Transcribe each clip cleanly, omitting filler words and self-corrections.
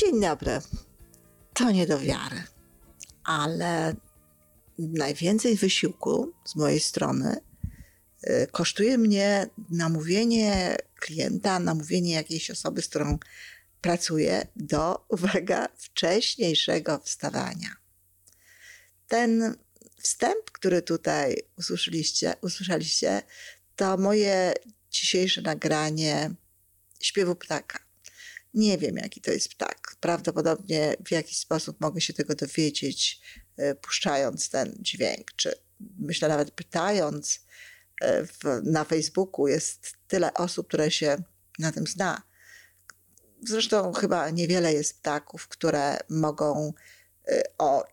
Dzień dobry. To nie do wiary, ale najwięcej wysiłku z mojej strony kosztuje mnie namówienie klienta, namówienie jakiejś osoby, z którą pracuję, do, uwaga, wcześniejszego wstawania. Ten wstęp, który tutaj usłyszeliście, to moje dzisiejsze nagranie śpiewu ptaka. Nie wiem, jaki to jest ptak. Prawdopodobnie w jakiś sposób mogę się tego dowiedzieć, puszczając ten dźwięk, czy myślę nawet pytając. Na Facebooku jest tyle osób, które się na tym zna. Zresztą chyba niewiele jest ptaków, które mogą o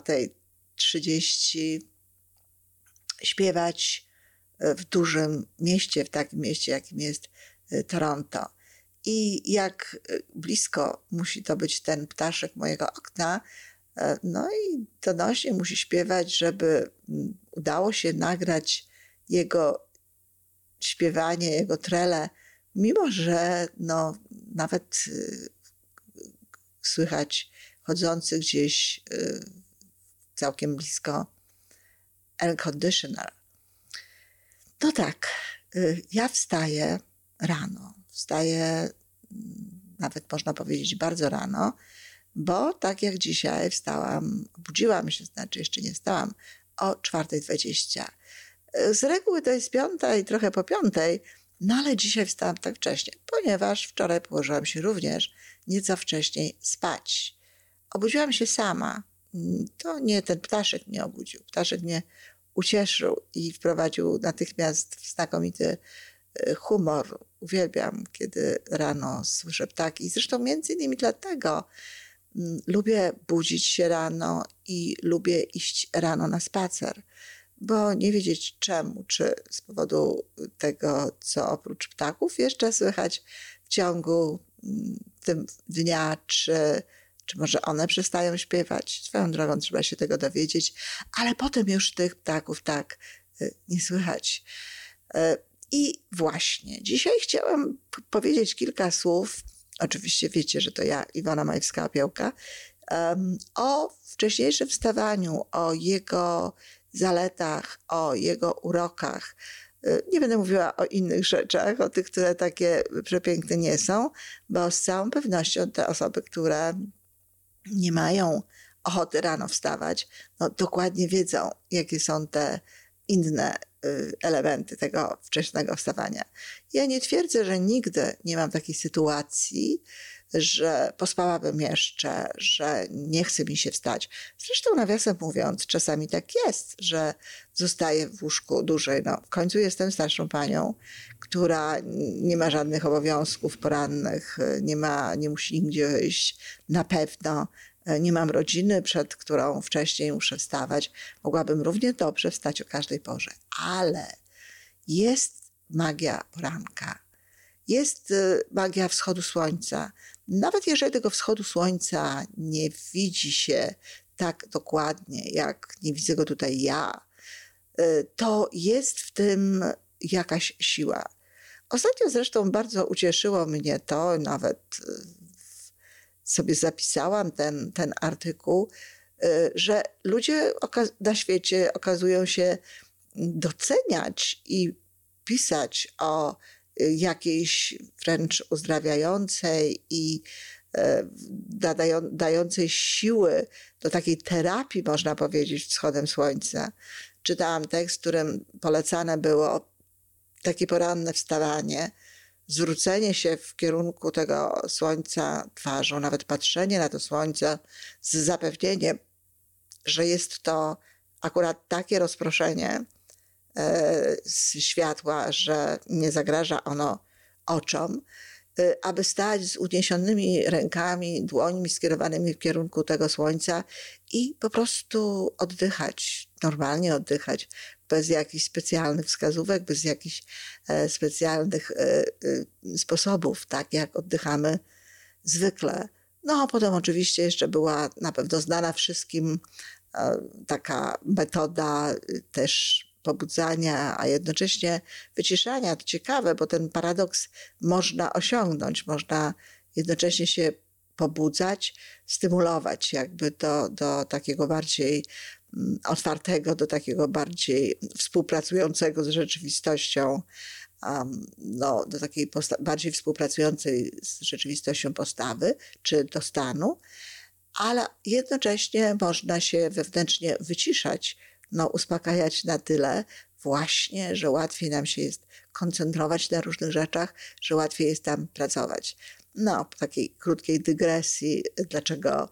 4:30 śpiewać w dużym mieście, w takim mieście, jakim jest Toronto. I jak blisko musi to być ten ptaszek mojego okna, no i donośnie musi śpiewać, żeby udało się nagrać jego śpiewanie, jego trele, mimo że no, nawet słychać chodzący gdzieś całkiem blisko air conditioner. No tak, ja wstaję rano. Wstaję nawet można powiedzieć bardzo rano, bo tak jak dzisiaj obudziłam się, znaczy jeszcze nie wstałam, o 4:20. Z reguły to jest 5:00 i trochę po 5:00, no ale dzisiaj wstałam tak wcześnie, ponieważ wczoraj położyłam się również nieco wcześniej spać. Obudziłam się sama. To nie ten ptaszek mnie obudził. Ptaszek mnie ucieszył i wprowadził natychmiast w znakomity humor. Uwielbiam, kiedy rano słyszę ptaki. Zresztą między innymi dlatego lubię budzić się rano i lubię iść rano na spacer, bo nie wiedzieć czemu, czy z powodu tego, co oprócz ptaków jeszcze słychać w ciągu tym dnia, czy może one przestają śpiewać. Swoją drogą trzeba się tego dowiedzieć, ale potem już tych ptaków tak nie słychać. I właśnie, dzisiaj chciałam powiedzieć kilka słów, oczywiście wiecie, że to ja, Iwona Majewska-Opiełka, o wcześniejszym wstawaniu, o jego zaletach, o jego urokach. Nie będę mówiła o innych rzeczach, o tych, które takie przepiękne nie są, bo z całą pewnością te osoby, które nie mają ochoty rano wstawać, no dokładnie wiedzą, jakie są te inne elementy tego wczesnego wstawania. Ja nie twierdzę, że nigdy nie mam takiej sytuacji, że pospałabym jeszcze, że nie chce mi się wstać. Zresztą nawiasem mówiąc, czasami tak jest, że zostaję w łóżku dłużej. No, w końcu jestem starszą panią, która nie ma żadnych obowiązków porannych, nie musi nigdzie wyjść. Na pewno nie mam rodziny, przed którą wcześniej muszę wstawać. Mogłabym równie dobrze wstać o każdej porze. Ale jest magia poranka. Jest magia wschodu słońca. Nawet jeżeli tego wschodu słońca nie widzi się tak dokładnie, jak nie widzę go tutaj ja, to jest w tym jakaś siła. Ostatnio zresztą bardzo ucieszyło mnie to, nawet sobie zapisałam ten artykuł, że ludzie na świecie okazują się doceniać i pisać o jakiejś wręcz uzdrawiającej i dającej siły do takiej terapii, można powiedzieć, wschodem słońca. Czytałam tekst, w którym polecane było takie poranne wstawanie, zwrócenie się w kierunku tego słońca twarzą, nawet patrzenie na to słońce z zapewnieniem, że jest to akurat takie rozproszenie światła, że nie zagraża ono oczom, aby stać z uniesionymi rękami, dłońmi skierowanymi w kierunku tego słońca i po prostu oddychać, normalnie oddychać, bez jakichś specjalnych wskazówek, bez jakichś specjalnych sposobów, tak jak oddychamy zwykle. No a potem oczywiście jeszcze była na pewno znana wszystkim taka metoda też pobudzania, a jednocześnie wyciszania. To ciekawe, bo ten paradoks można osiągnąć. Można jednocześnie się pobudzać, stymulować jakby do takiego bardziej otwartego, do takiego bardziej współpracującego z rzeczywistością, do takiej bardziej współpracującej z rzeczywistością postawy czy do stanu, ale jednocześnie można się wewnętrznie wyciszać, uspokajać na tyle właśnie, że łatwiej nam się jest koncentrować na różnych rzeczach, że łatwiej jest tam pracować. Po takiej krótkiej dygresji, dlaczego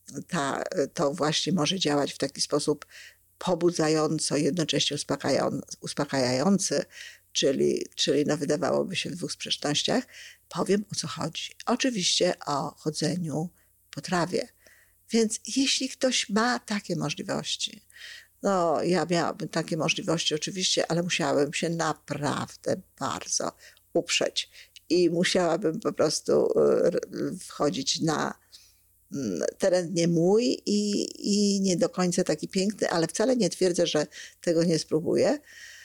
to właśnie może działać w taki sposób pobudzająco, jednocześnie uspokajający, czyli wydawałoby się w dwóch sprzecznościach, powiem, o co chodzi. Oczywiście o chodzeniu po trawie. Więc jeśli ktoś ma takie możliwości, ja miałabym takie możliwości oczywiście, ale musiałabym się naprawdę bardzo uprzeć i musiałabym po prostu wchodzić na teren nie mój i nie do końca taki piękny, ale wcale nie twierdzę, że tego nie spróbuję.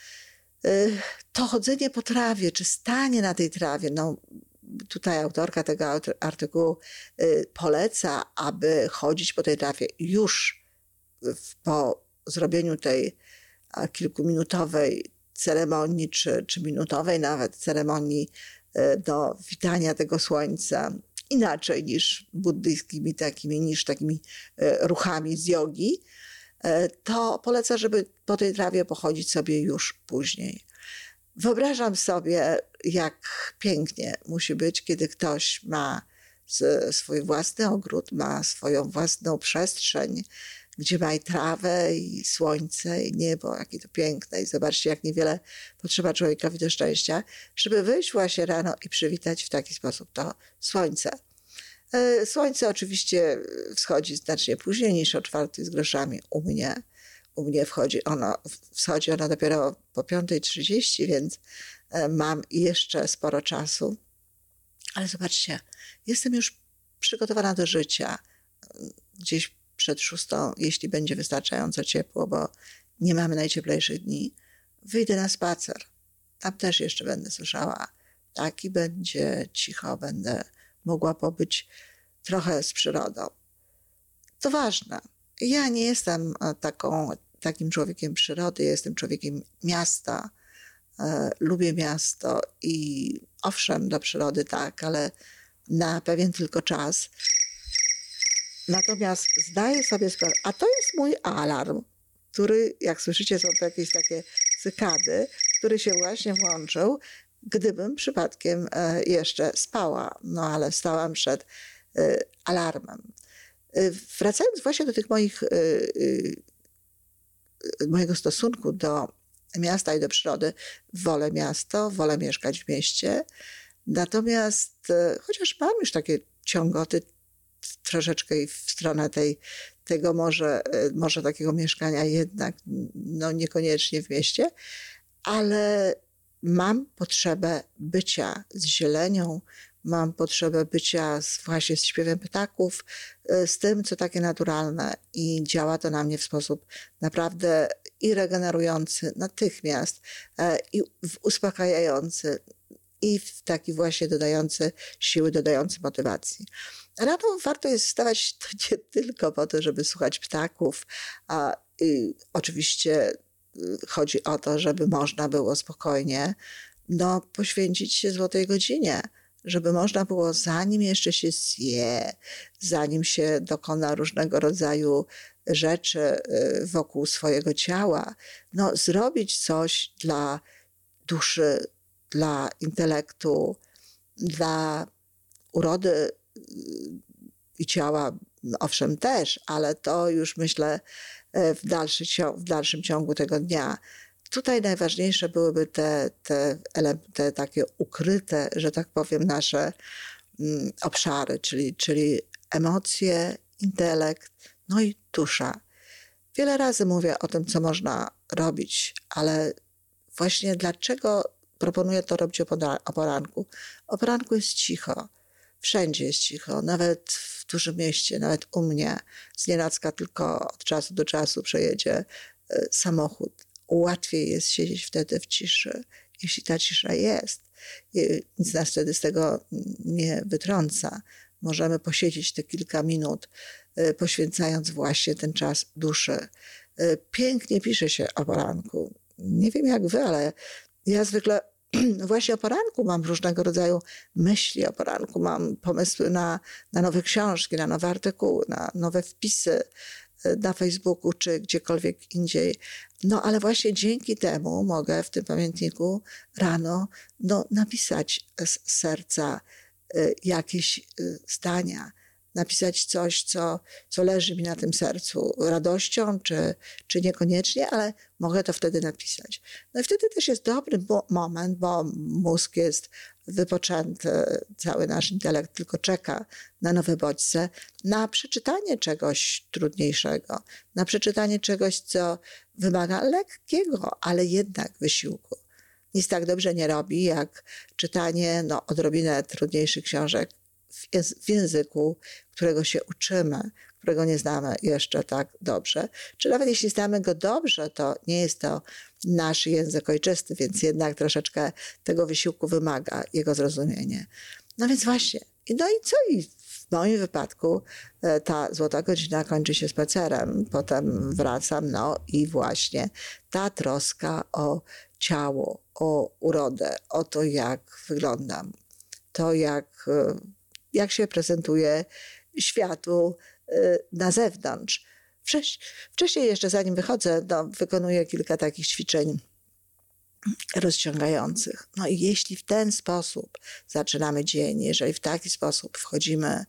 To chodzenie po trawie, czy stanie na tej trawie, tutaj autorka tego artykułu poleca, aby chodzić po tej trawie już po zrobieniu tej kilkuminutowej ceremonii, czy minutowej nawet ceremonii do witania tego słońca, inaczej niż buddyjskimi niż takimi ruchami z jogi, to poleca, żeby po tej trawie pochodzić sobie już później. Wyobrażam sobie, jak pięknie musi być, kiedy ktoś ma swój własny ogród, ma swoją własną przestrzeń, gdzie ma i trawę, i słońce, i niebo, jakie to piękne. I zobaczcie, jak niewiele potrzeba człowiekowi do szczęścia, żeby wyjść właśnie rano i przywitać w taki sposób to słońce. Słońce oczywiście wschodzi znacznie później niż o 4:00 U mnie wschodzi ono dopiero po 5:30, więc mam jeszcze sporo czasu. Ale zobaczcie, jestem już przygotowana do życia. Gdzieś przed 6:00, jeśli będzie wystarczająco ciepło, bo nie mamy najcieplejszych dni, wyjdę na spacer. Tam też jeszcze będę słyszała ptaki, będzie cicho, będę mogła pobyć trochę z przyrodą. To ważne. Ja nie jestem takim człowiekiem przyrody, jestem człowiekiem miasta. Lubię miasto i owszem, do przyrody tak, ale na pewien tylko czas. Natomiast zdaję sobie sprawę, a to jest mój alarm, który, jak słyszycie, są to jakieś takie cykady, który się właśnie włączył, gdybym przypadkiem jeszcze spała. Ale wstałam przed alarmem. Wracając właśnie do tych mojego stosunku do miasta i do przyrody, wolę miasto, wolę mieszkać w mieście. Natomiast chociaż mam już takie ciągoty troszeczkę i w stronę tego może takiego mieszkania jednak niekoniecznie w mieście, ale mam potrzebę bycia z zielenią, mam potrzebę bycia właśnie z śpiewem ptaków, z tym, co takie naturalne i działa to na mnie w sposób naprawdę i regenerujący natychmiast, i uspokajający i taki właśnie dodający siły, dodający motywacji. Rano warto jest wstawać to nie tylko po to, żeby słuchać ptaków, oczywiście chodzi o to, żeby można było spokojnie poświęcić się złotej godzinie, żeby można było, zanim jeszcze się zje, zanim się dokona różnego rodzaju rzeczy wokół swojego ciała, zrobić coś dla duszy, dla intelektu, dla urody i ciała, owszem też, ale to już myślę w dalszym ciągu tego dnia. Tutaj najważniejsze byłyby te takie ukryte, że tak powiem, nasze obszary, czyli emocje, intelekt, i dusza. Wiele razy mówię o tym, co można robić, ale właśnie dlaczego proponuję to robić o poranku? O poranku jest cicho. Wszędzie jest cicho, nawet w dużym mieście, nawet u mnie. Znienacka tylko od czasu do czasu przejedzie samochód. Łatwiej jest siedzieć wtedy w ciszy, jeśli ta cisza jest. Nic nas wtedy z tego nie wytrąca. możemy posiedzieć te kilka minut, poświęcając właśnie ten czas duszy. Pięknie pisze się o poranku. Nie wiem jak wy, ale ja zwykle właśnie o poranku mam różnego rodzaju myśli o poranku. Mam pomysły na nowe książki, na nowe artykuły, na nowe wpisy na Facebooku czy gdziekolwiek indziej. No ale właśnie dzięki temu mogę w tym pamiętniku rano napisać z serca jakieś zdania, napisać coś, co leży mi na tym sercu radością, czy niekoniecznie, ale mogę to wtedy napisać. No i wtedy też jest dobry moment, bo mózg jest wypoczęty, cały nasz intelekt tylko czeka na nowe bodźce, na przeczytanie czegoś trudniejszego, na przeczytanie czegoś, co wymaga lekkiego, ale jednak wysiłku. Nic tak dobrze nie robi, jak czytanie odrobinę trudniejszych książek w języku, którego się uczymy, którego nie znamy jeszcze tak dobrze. Czy nawet jeśli znamy go dobrze, to nie jest to nasz język ojczysty, więc jednak troszeczkę tego wysiłku wymaga jego zrozumienie. No więc właśnie. No i co? I w moim wypadku ta złota godzina kończy się spacerem. Potem wracam, i właśnie ta troska o ciało, o urodę, o to, jak wyglądam, to jak się prezentuje światu na zewnątrz. Wcześniej jeszcze, zanim wychodzę, wykonuję kilka takich ćwiczeń rozciągających. No i jeśli w ten sposób zaczynamy dzień, jeżeli w taki sposób wchodzimy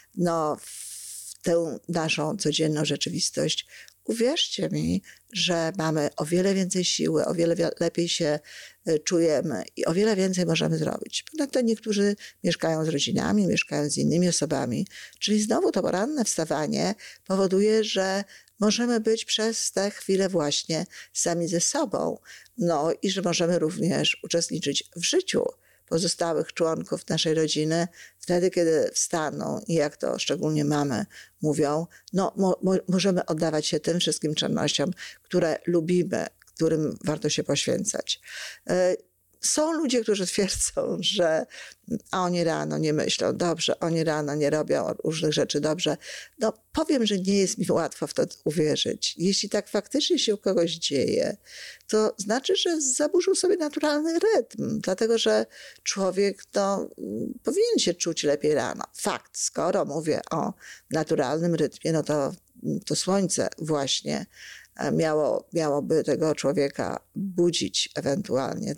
w tę naszą codzienną rzeczywistość, uwierzcie mi, że mamy o wiele więcej siły, o wiele lepiej się czujemy i o wiele więcej możemy zrobić. Ponadto niektórzy mieszkają z rodzinami, mieszkają z innymi osobami, czyli znowu to poranne wstawanie powoduje, że możemy być przez te chwile właśnie sami ze sobą. I że możemy również uczestniczyć w życiu pozostałych członków naszej rodziny wtedy, kiedy wstaną i jak to szczególnie mamy mówią, możemy oddawać się tym wszystkim czynnościom, które lubimy, którym warto się poświęcać. Są ludzie, którzy twierdzą, że oni rano nie myślą dobrze, oni rano nie robią różnych rzeczy dobrze. Powiem, że nie jest mi łatwo w to uwierzyć. Jeśli tak faktycznie się u kogoś dzieje, to znaczy, że zaburzył sobie naturalny rytm, dlatego że człowiek powinien się czuć lepiej rano. Fakt, skoro mówię o naturalnym rytmie, to słońce właśnie miałoby tego człowieka budzić ewentualnie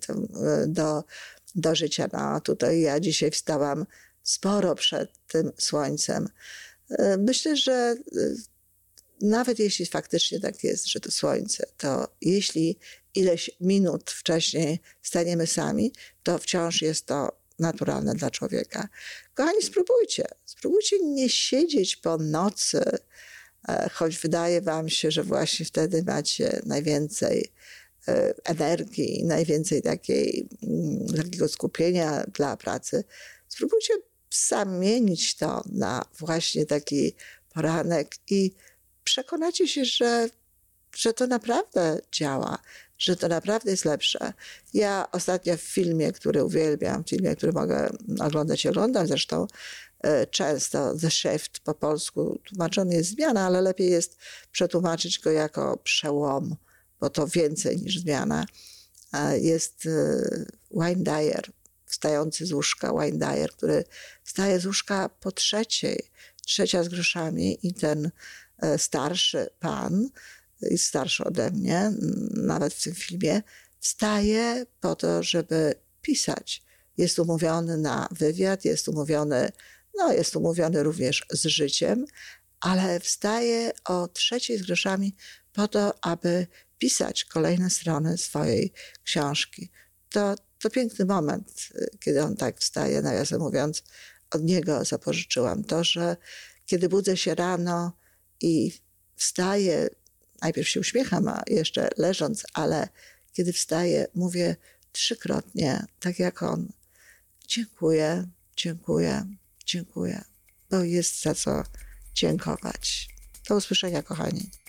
do życia. Tutaj ja dzisiaj wstałam sporo przed tym słońcem. Myślę, że nawet jeśli faktycznie tak jest, że to słońce, to jeśli ileś minut wcześniej staniemy sami, to wciąż jest to naturalne dla człowieka. Kochani, spróbujcie nie siedzieć po nocy, choć wydaje wam się, że właśnie wtedy macie najwięcej energii, najwięcej takiego skupienia dla pracy. Spróbujcie zamienić to na właśnie taki poranek i przekonacie się, że to naprawdę działa, że to naprawdę jest lepsze. Ja ostatnio w filmie, który uwielbiam, który mogę oglądać i oglądam zresztą często, The Shift po polsku tłumaczony jest zmiana, ale lepiej jest przetłumaczyć go jako przełom, bo to więcej niż zmiana. Jest Wayne Dyer, wstający z łóżka, Wayne Dyer, który wstaje z łóżka po trzeciej, 3:00 z groszami i ten starszy pan, jest starszy ode mnie, nawet w tym filmie, wstaje po to, żeby pisać. Jest umówiony na wywiad, jest umówiony również z życiem, ale wstaje o 3:00 z groszami po to, aby pisać kolejne strony swojej książki. To piękny moment, kiedy on tak wstaje, nawiasem mówiąc, od niego zapożyczyłam to, że kiedy budzę się rano i wstaję, najpierw się uśmiecham, a jeszcze leżąc, ale kiedy wstaję, mówię 3-krotnie, tak jak on. Dziękuję, dziękuję, dziękuję, bo jest za co dziękować. Do usłyszenia, kochani.